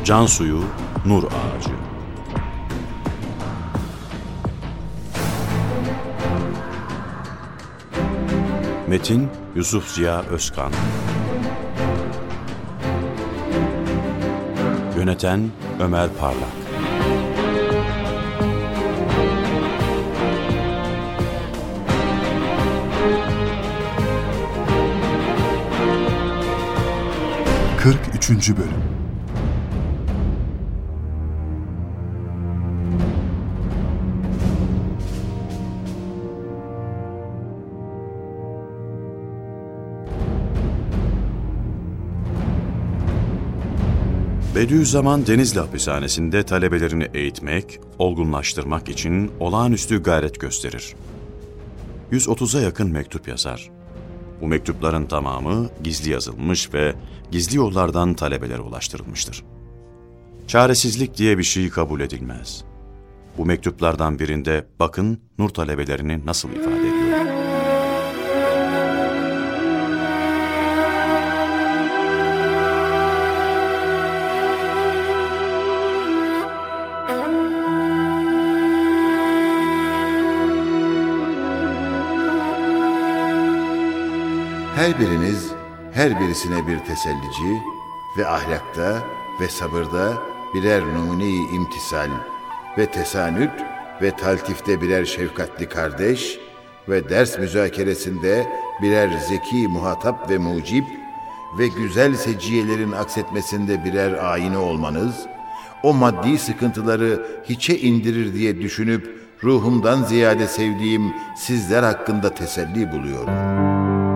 Can suyu, nur ağacı. Metin Yusuf Ziya Özkan. Yöneten Ömer Parlak. Üçüncü Bölüm. Bediüzzaman Denizli Hapishanesi'nde talebelerini eğitmek, olgunlaştırmak için olağanüstü gayret gösterir. 130'a yakın mektup yazar. Bu mektupların tamamı gizli yazılmış ve gizli yollardan talebelere ulaştırılmıştır. Çaresizlik diye bir şey kabul edilmez. Bu mektuplardan birinde bakın nur talebelerini nasıl ifade ediyor. Her biriniz, her birisine bir tesellici ve ahlakta ve sabırda birer numune-i imtisal ve tesanüt ve taltifte birer şefkatli kardeş ve ders müzakeresinde birer zeki muhatap ve mucib ve güzel seciyelerin aksetmesinde birer ayine olmanız, o maddi sıkıntıları hiçe indirir diye düşünüp ruhumdan ziyade sevdiğim sizler hakkında teselli buluyorum.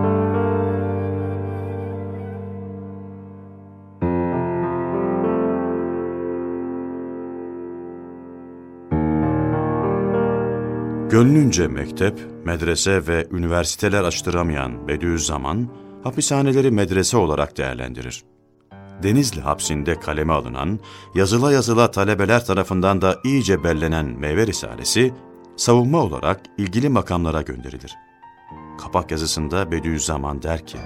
Gönlünce mektep, medrese ve üniversiteler açtıramayan Bediüzzaman, hapishaneleri medrese olarak değerlendirir. Denizli hapsinde kaleme alınan, yazıla yazıla talebeler tarafından da iyice bellenen Meyve Risalesi, savunma olarak ilgili makamlara gönderilir. Kapak yazısında Bediüzzaman der ki,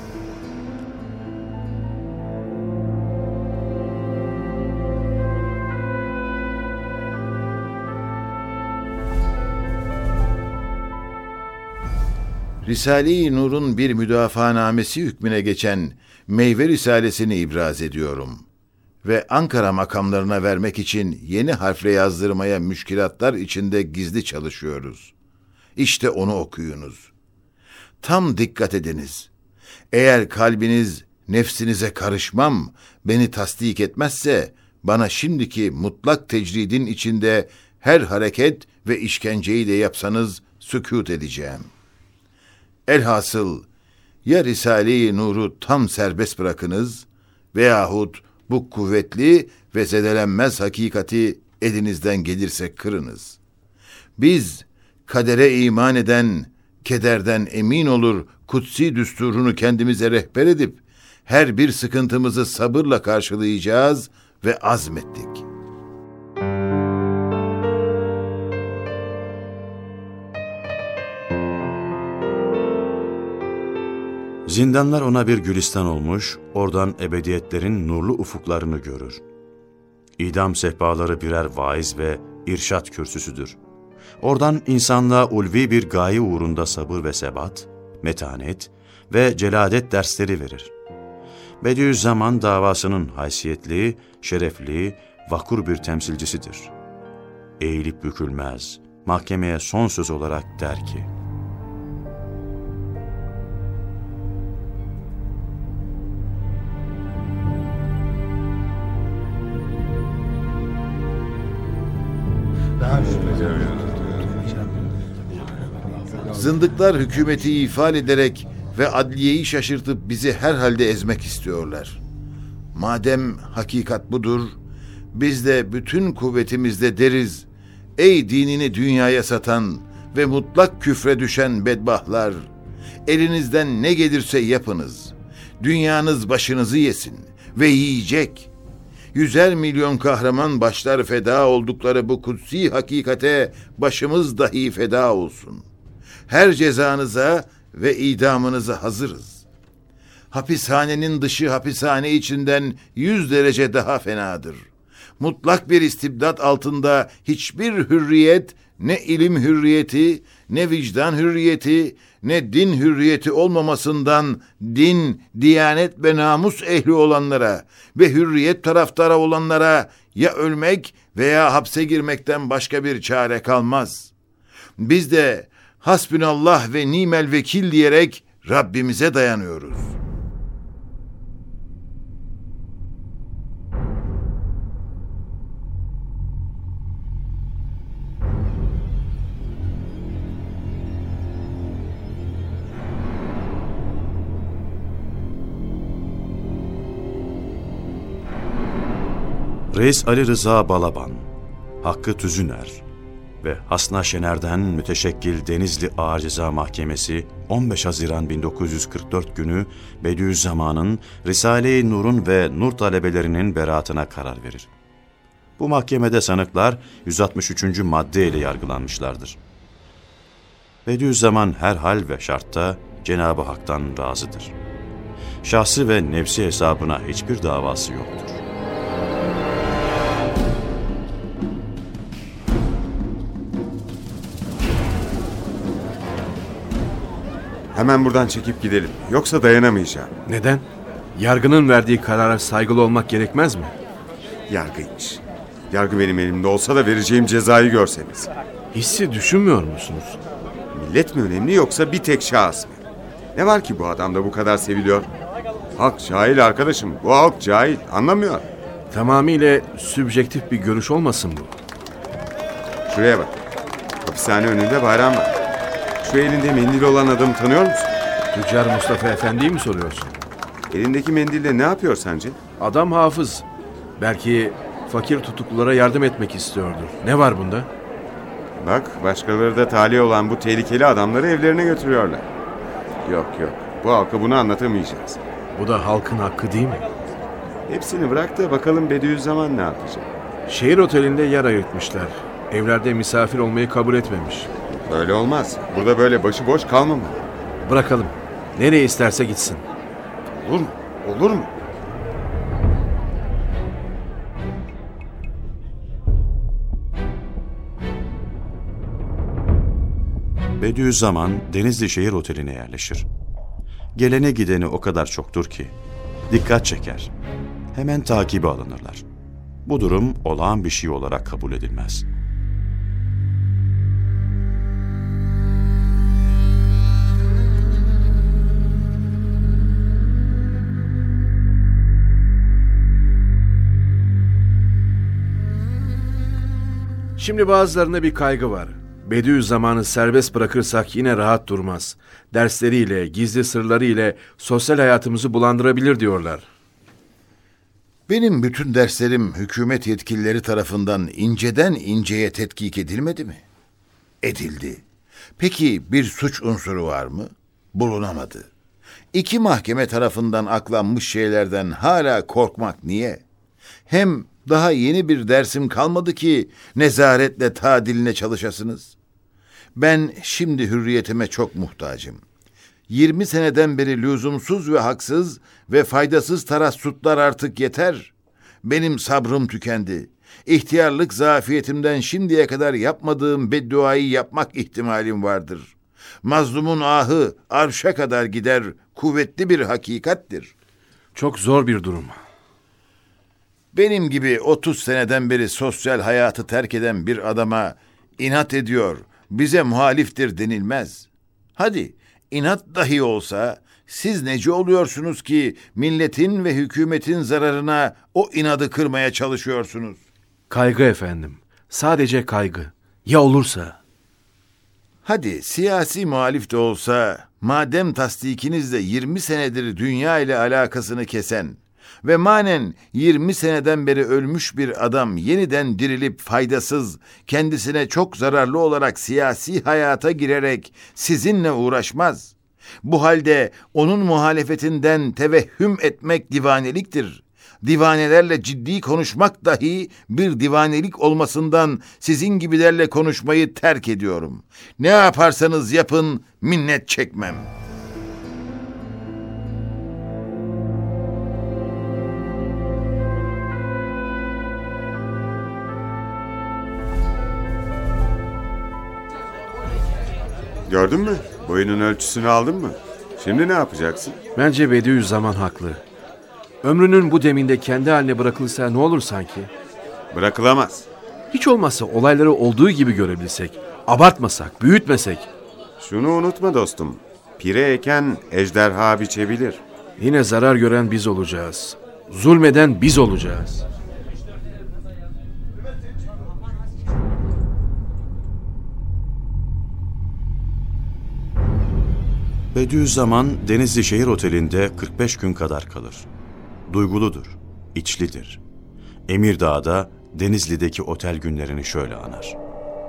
Risale-i Nur'un bir müdafaanamesi hükmüne geçen Meyve Risalesini ibraz ediyorum ve Ankara makamlarına vermek için yeni harfle yazdırmaya müşkilatlar içinde gizli çalışıyoruz. İşte onu okuyunuz. Tam dikkat ediniz. Eğer kalbiniz nefsinize karışmam, beni tasdik etmezse, bana şimdiki mutlak tecridin içinde her hareket ve işkenceyi de yapsanız sükût edeceğim. Elhasıl ya Risale-i Nur'u tam serbest bırakınız veyahut bu kuvvetli ve zedelenmez hakikati elinizden gelirse kırınız. Biz kadere iman eden, kederden emin olur kutsi düsturunu kendimize rehber edip her bir sıkıntımızı sabırla karşılayacağız ve azmettik. Zindanlar ona bir gülistan olmuş, oradan ebediyetlerin nurlu ufuklarını görür. İdam sehpaları birer vaiz ve irşat kürsüsüdür. Oradan insanlığa ulvi bir gaye uğrunda sabır ve sebat, metanet ve celadet dersleri verir. Bediüzzaman davasının haysiyetli, şerefli, vakur bir temsilcisidir. Eğilip bükülmez, mahkemeye son söz olarak der ki, Zındıklar hükümeti ifade ederek ve adliyeyi şaşırtıp bizi herhalde ezmek istiyorlar. Madem hakikat budur, biz de bütün kuvvetimizle deriz, ey dinini dünyaya satan ve mutlak küfre düşen bedbahtlar, elinizden ne gelirse yapınız, dünyanız başınızı yesin ve yiyecek. 100'er milyon kahraman başlar feda oldukları bu kutsi hakikate başımız dahi feda olsun. Her cezanıza ve idamınıza hazırız. Hapishanenin dışı hapishane içinden 100 derece daha fenadır. Mutlak bir istibdat altında hiçbir hürriyet, ne ilim hürriyeti, ne vicdan hürriyeti, ne din hürriyeti olmamasından din, diyanet ve namus ehli olanlara ve hürriyet taraftarı olanlara ya ölmek veya hapse girmekten başka bir çare kalmaz. Biz de hasbünallah ve nimel vekil diyerek Rabbimize dayanıyoruz. Reis Ali Rıza Balaban, Hakkı Tüzüner ve Hasna Şener'den müteşekkil Denizli Ağır Ceza Mahkemesi 15 Haziran 1944 günü Bediüzzaman'ın Risale-i Nur'un ve Nur talebelerinin beraatına karar verir. Bu mahkemede sanıklar 163. madde ile yargılanmışlardır. Bediüzzaman her hal ve şartta Cenab-ı Hak'tan razıdır. Şahsı ve nefsi hesabına hiçbir davası yoktur. Hemen buradan çekip gidelim. Yoksa dayanamayacağım. Neden? Yargının verdiği karara saygılı olmak gerekmez mi? Yargıymış. Yargı benim elimde olsa da vereceğim cezayı görseniz. Hissi düşünmüyor musunuz? Millet mi önemli yoksa bir tek şahıs mı? Ne var ki bu adamda bu kadar seviliyor? Halk cahil arkadaşım. Bu halk cahil. Anlamıyor. Tamamıyla sübjektif bir görüş olmasın bu. Şuraya bak. Hapishane önünde bayram var. Şu elinde mendil olan adamı tanıyor musun? Tüccar Mustafa Efendi'yi mi soruyorsun? Elindeki mendille ne yapıyor sence? Adam hafız. Belki fakir tutuklulara yardım etmek istiyordur. Ne var bunda? Bak, başkaları da talih olan bu tehlikeli adamları evlerine götürüyorlar. Yok. Bu halka bunu anlatamayacağız. Bu da halkın hakkı değil mi? Hepsini bırak da bakalım Bediüzzaman ne yapacak? Şehir otelinde yer ayırtmışlar. Evlerde misafir olmayı kabul etmemiş. Öyle olmaz. Burada böyle başıboş kalmamalı. Bırakalım. Nereye isterse gitsin. Olur mu? Olur mu? Bediüzzaman Denizli Şehir Oteli'ne yerleşir. Gelene gideni o kadar çoktur ki dikkat çeker. Hemen takibe alınırlar. Bu durum olağan bir şey olarak kabul edilmez. Şimdi bazılarında bir kaygı var. Bediüzzaman'ı serbest bırakırsak yine rahat durmaz. Dersleriyle, gizli sırlarıyla sosyal hayatımızı bulandırabilir diyorlar. Benim bütün derslerim hükümet yetkilileri tarafından inceden inceye tetkik edilmedi mi? Edildi. Peki bir suç unsuru var mı? Bulunamadı. 2 mahkeme tarafından aklanmış şeylerden hala korkmak niye? Hem daha yeni bir dersim kalmadı ki nezaretle tadiline çalışasınız. Ben şimdi hürriyetime çok muhtacım. 20 seneden beri lüzumsuz ve haksız ve faydasız tarassutlar artık yeter. Benim sabrım tükendi. İhtiyarlık zafiyetimden şimdiye kadar yapmadığım bedduayı yapmak ihtimalim vardır. Mazlumun ahı arşa kadar gider, kuvvetli bir hakikattir. Çok zor bir durum. Benim gibi 30 seneden beri sosyal hayatı terk eden bir adama inat ediyor, bize muhaliftir denilmez. Hadi inat dahi olsa siz nece oluyorsunuz ki milletin ve hükümetin zararına o inadı kırmaya çalışıyorsunuz? Kaygı efendim. Sadece kaygı. Ya olursa? Hadi siyasi muhalif de olsa, madem tasdikinizle 20 senedir dünya ile alakasını kesen ve manen 20 seneden beri ölmüş bir adam yeniden dirilip faydasız, kendisine çok zararlı olarak siyasi hayata girerek sizinle uğraşmaz. Bu halde onun muhalefetinden tevehhüm etmek divaneliktir. Divanelerle ciddi konuşmak dahi bir divanelik olmasından sizin gibilerle konuşmayı terk ediyorum. Ne yaparsanız yapın minnet çekmem. Gördün mü? Boyunun ölçüsünü aldın mı? Şimdi ne yapacaksın? Bence Bediüzzaman haklı. Ömrünün bu deminde kendi haline bırakılırsa ne olur sanki? Bırakılamaz. Hiç olmazsa olayları olduğu gibi görebilsek, abartmasak, büyütmesek. Şunu unutma dostum. Pire eken ejderha biçebilir. Yine zarar gören biz olacağız. Zulmeden biz olacağız. Bediüzzaman Denizli Şehir Oteli'nde 45 gün kadar kalır. Duyguludur, içlidir. Emirdağ'da Denizli'deki otel günlerini şöyle anar.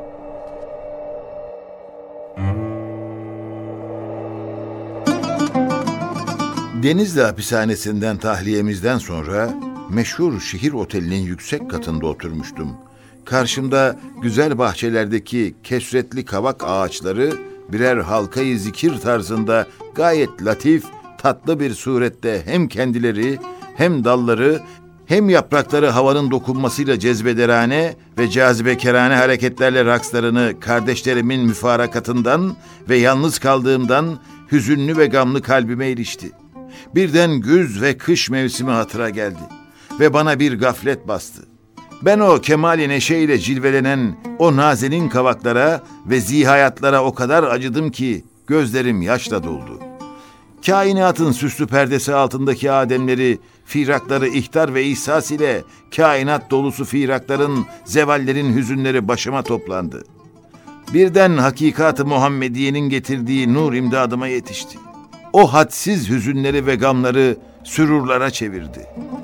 Denizli hapishanesinden tahliyemizden sonra meşhur şehir otelinin yüksek katında oturmuştum. Karşımda güzel bahçelerdeki kesretli kavak ağaçları birer halkayı zikir tarzında gayet latif, tatlı bir surette hem kendileri hem dalları hem yaprakları havanın dokunmasıyla cezbederane ve cazibekerane hareketlerle rakslarını kardeşlerimin müfarakatından ve yalnız kaldığımdan hüzünlü ve gamlı kalbime ilişti. Birden güz ve kış mevsimi hatıra geldi ve bana bir gaflet bastı. Ben o kemali neşeyle cilvelenen o nazenin kavaklara ve zihayatlara o kadar acıdım ki gözlerim yaşla doldu. Kainatın süslü perdesi altındaki Ademleri, firakları ihtar ve ihsas ile kainat dolusu firakların, zevallerin hüzünleri başıma toplandı. Birden hakikat-ı Muhammediye'nin getirdiği nur imdadıma yetişti. O hadsiz hüzünleri ve gamları sürurlara çevirdi.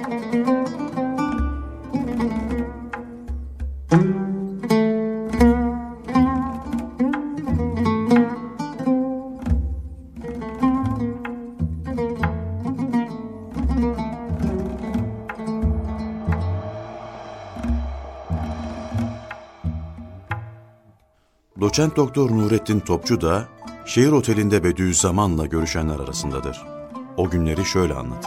Doçent Doktor Nurettin Topçu da şehir otelinde Bediüzzaman'la görüşenler arasındadır. O günleri şöyle anlatır.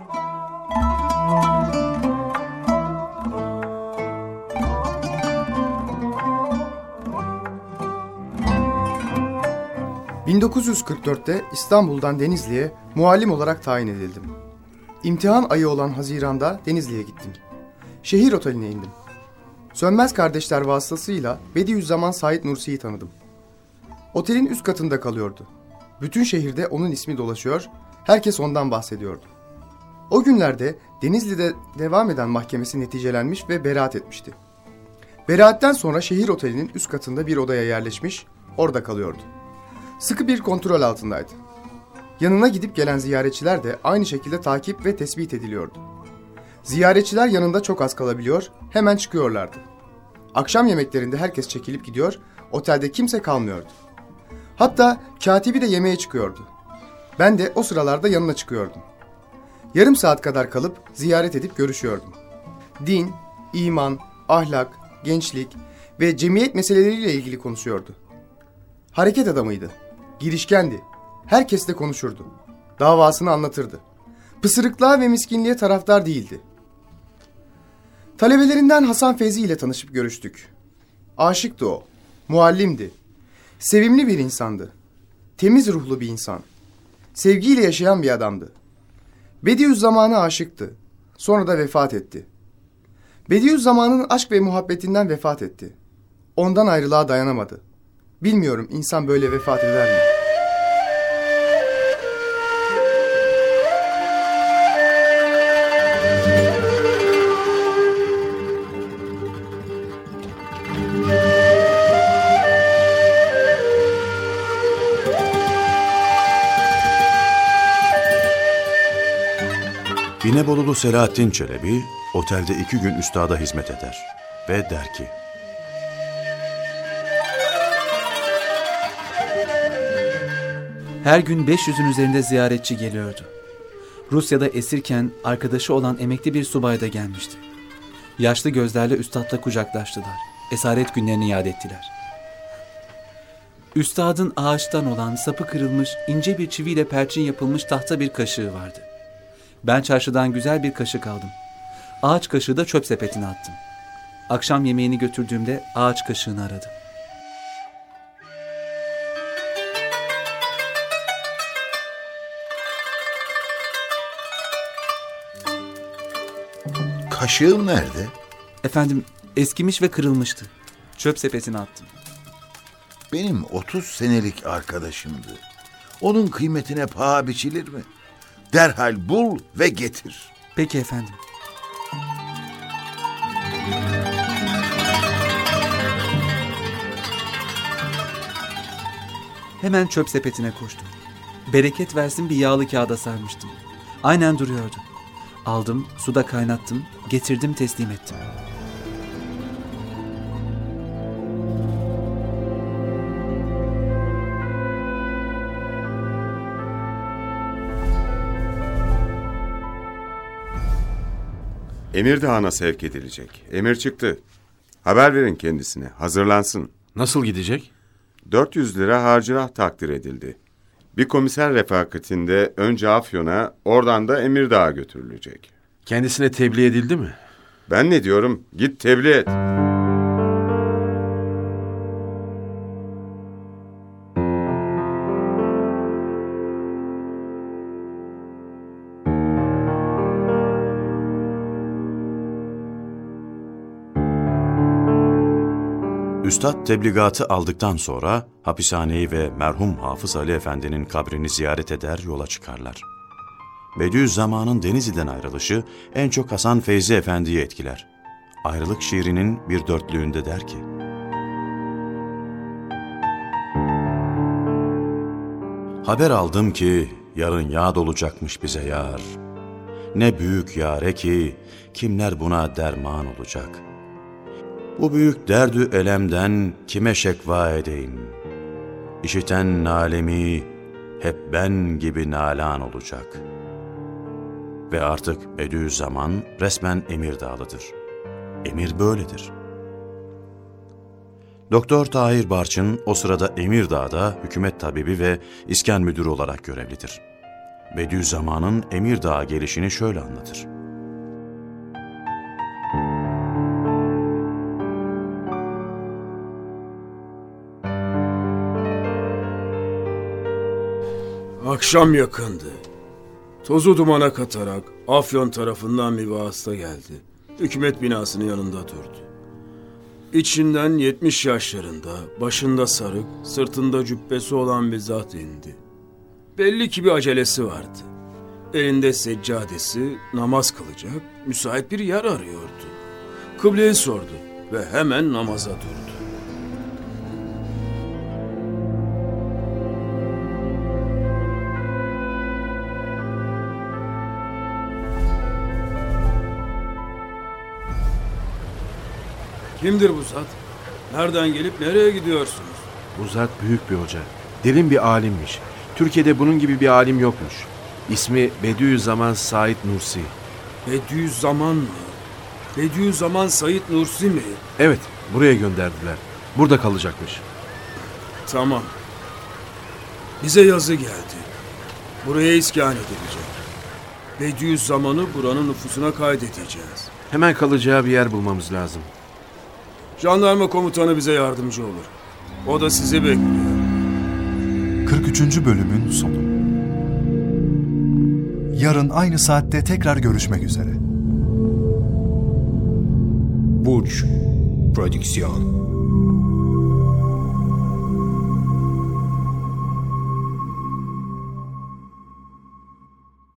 ...1944'te İstanbul'dan Denizli'ye muallim olarak tayin edildim. İmtihan ayı olan Haziran'da Denizli'ye gittim. Şehir oteline indim. Sönmez kardeşler vasıtasıyla Bediüzzaman Said Nursi'yi tanıdım. Otelin üst katında kalıyordu. Bütün şehirde onun ismi dolaşıyor, herkes ondan bahsediyordu. O günlerde Denizli'de devam eden mahkemesi neticelenmiş ve beraat etmişti. Beraatten sonra şehir otelinin üst katında bir odaya yerleşmiş, orada kalıyordu. Sıkı bir kontrol altındaydı. Yanına gidip gelen ziyaretçiler de aynı şekilde takip ve tespit ediliyordu. Ziyaretçiler yanında çok az kalabiliyor, hemen çıkıyorlardı. Akşam yemeklerinde herkes çekilip gidiyor, otelde kimse kalmıyordu. Hatta katibi de yemeğe çıkıyordu. Ben de o sıralarda yanına çıkıyordum. Yarım saat kadar kalıp ziyaret edip görüşüyordum. Din, iman, ahlak, gençlik ve cemiyet meseleleriyle ilgili konuşuyordu. Hareket adamıydı, girişkendi, herkesle konuşurdu. Davasını anlatırdı. Pısırıklığa ve miskinliğe taraftar değildi. Talebelerinden Hasan Feyzi ile tanışıp görüştük. Aşıktı o, muallimdi. Sevimli bir insandı. Temiz ruhlu bir insan. Sevgiyle yaşayan bir adamdı. Bediüzzaman'a aşıktı. Sonra da vefat etti. Bediüzzaman'ın aşk ve muhabbetinden vefat etti. Ondan ayrılığa dayanamadı. Bilmiyorum insan böyle vefat eder mi? İnebolulu Selahattin Çelebi, otelde 2 gün üstada hizmet eder ve der ki: Her gün 500'ün üzerinde ziyaretçi geliyordu. Rusya'da esirken arkadaşı olan emekli bir subay da gelmişti. Yaşlı gözlerle üstadla kucaklaştılar. Esaret günlerini yad ettiler. Üstadın ağaçtan olan sapı kırılmış, ince bir çiviyle perçin yapılmış tahta bir kaşığı vardı. Ben çarşıdan güzel bir kaşık aldım. Ağaç kaşığı da çöp sepetine attım. Akşam yemeğini götürdüğümde ağaç kaşığını aradım. Kaşığım nerede? Efendim, eskimiş ve kırılmıştı. Çöp sepetine attım. Benim 30 senelik arkadaşımdı. Onun kıymetine paha biçilir mi? Derhal bul ve getir. Peki efendim. Hemen çöp sepetine koştum. Bereket versin bir yağlı kağıda sarmıştım. Aynen duruyordu. Aldım, suda kaynattım, getirdim, teslim ettim. Emirdağ'a sevk edilecek. Emir çıktı. Haber verin kendisine. Hazırlansın. Nasıl gidecek? 400 lira harcırah takdir edildi. Bir komiser refakatinde önce Afyon'a, oradan da Emirdağ'a götürülecek. Kendisine tebliğ edildi mi? Ben ne diyorum? Git tebliğ et. Üstad tebligatı aldıktan sonra hapishaneyi ve merhum Hafız Ali Efendi'nin kabrini ziyaret eder, yola çıkarlar. Bediüzzaman'ın Denizli'den ayrılışı en çok Hasan Feyzi Efendi'yi etkiler. Ayrılık şiirinin bir dörtlüğünde der ki: Haber aldım ki yarın yağ dolacakmış bize yar. Ne büyük yare ki kimler buna derman olacak. Bu büyük derdü elemden kime şekva edeyim? İşiten nalemi hep ben gibi nalan olacak. Ve artık Bediüzzaman resmen Emirdağlıdır. Emir böyledir. Doktor Tahir Barçın o sırada Emirdağ'da hükümet tabibi ve iskan müdürü olarak görevlidir. Bediüzzaman'ın Emirdağ'a gelişini şöyle anlatır. Akşam yakındı. Tozu dumana katarak Afyon tarafından bir vasıta geldi. Hükümet binasının yanında durdu. İçinden 70 yaşlarında, başında sarık, sırtında cübbesi olan bir zat indi. Belli ki bir acelesi vardı. Elinde seccadesi, namaz kılacak, müsait bir yer arıyordu. Kıbleyi sordu ve hemen namaza durdu. Kimdir bu zat? Nereden gelip nereye gidiyorsunuz? Bu zat büyük bir hoca. Derin bir alimmiş. Türkiye'de bunun gibi bir alim yokmuş. İsmi Bediüzzaman Said Nursi. Bediüzzaman mı? Bediüzzaman Said Nursi mi? Evet, buraya gönderdiler. Burada kalacakmış. Tamam. Bize yazı geldi. Buraya iskan edilecek. Bediüzzaman'ı buranın nüfusuna kaydedeceğiz. Hemen kalacağı bir yer bulmamız lazım. Jandarma komutanı bize yardımcı olur. O da sizi bekliyor. 43. bölümün sonu. Yarın aynı saatte tekrar görüşmek üzere. Burç Prodüksiyon.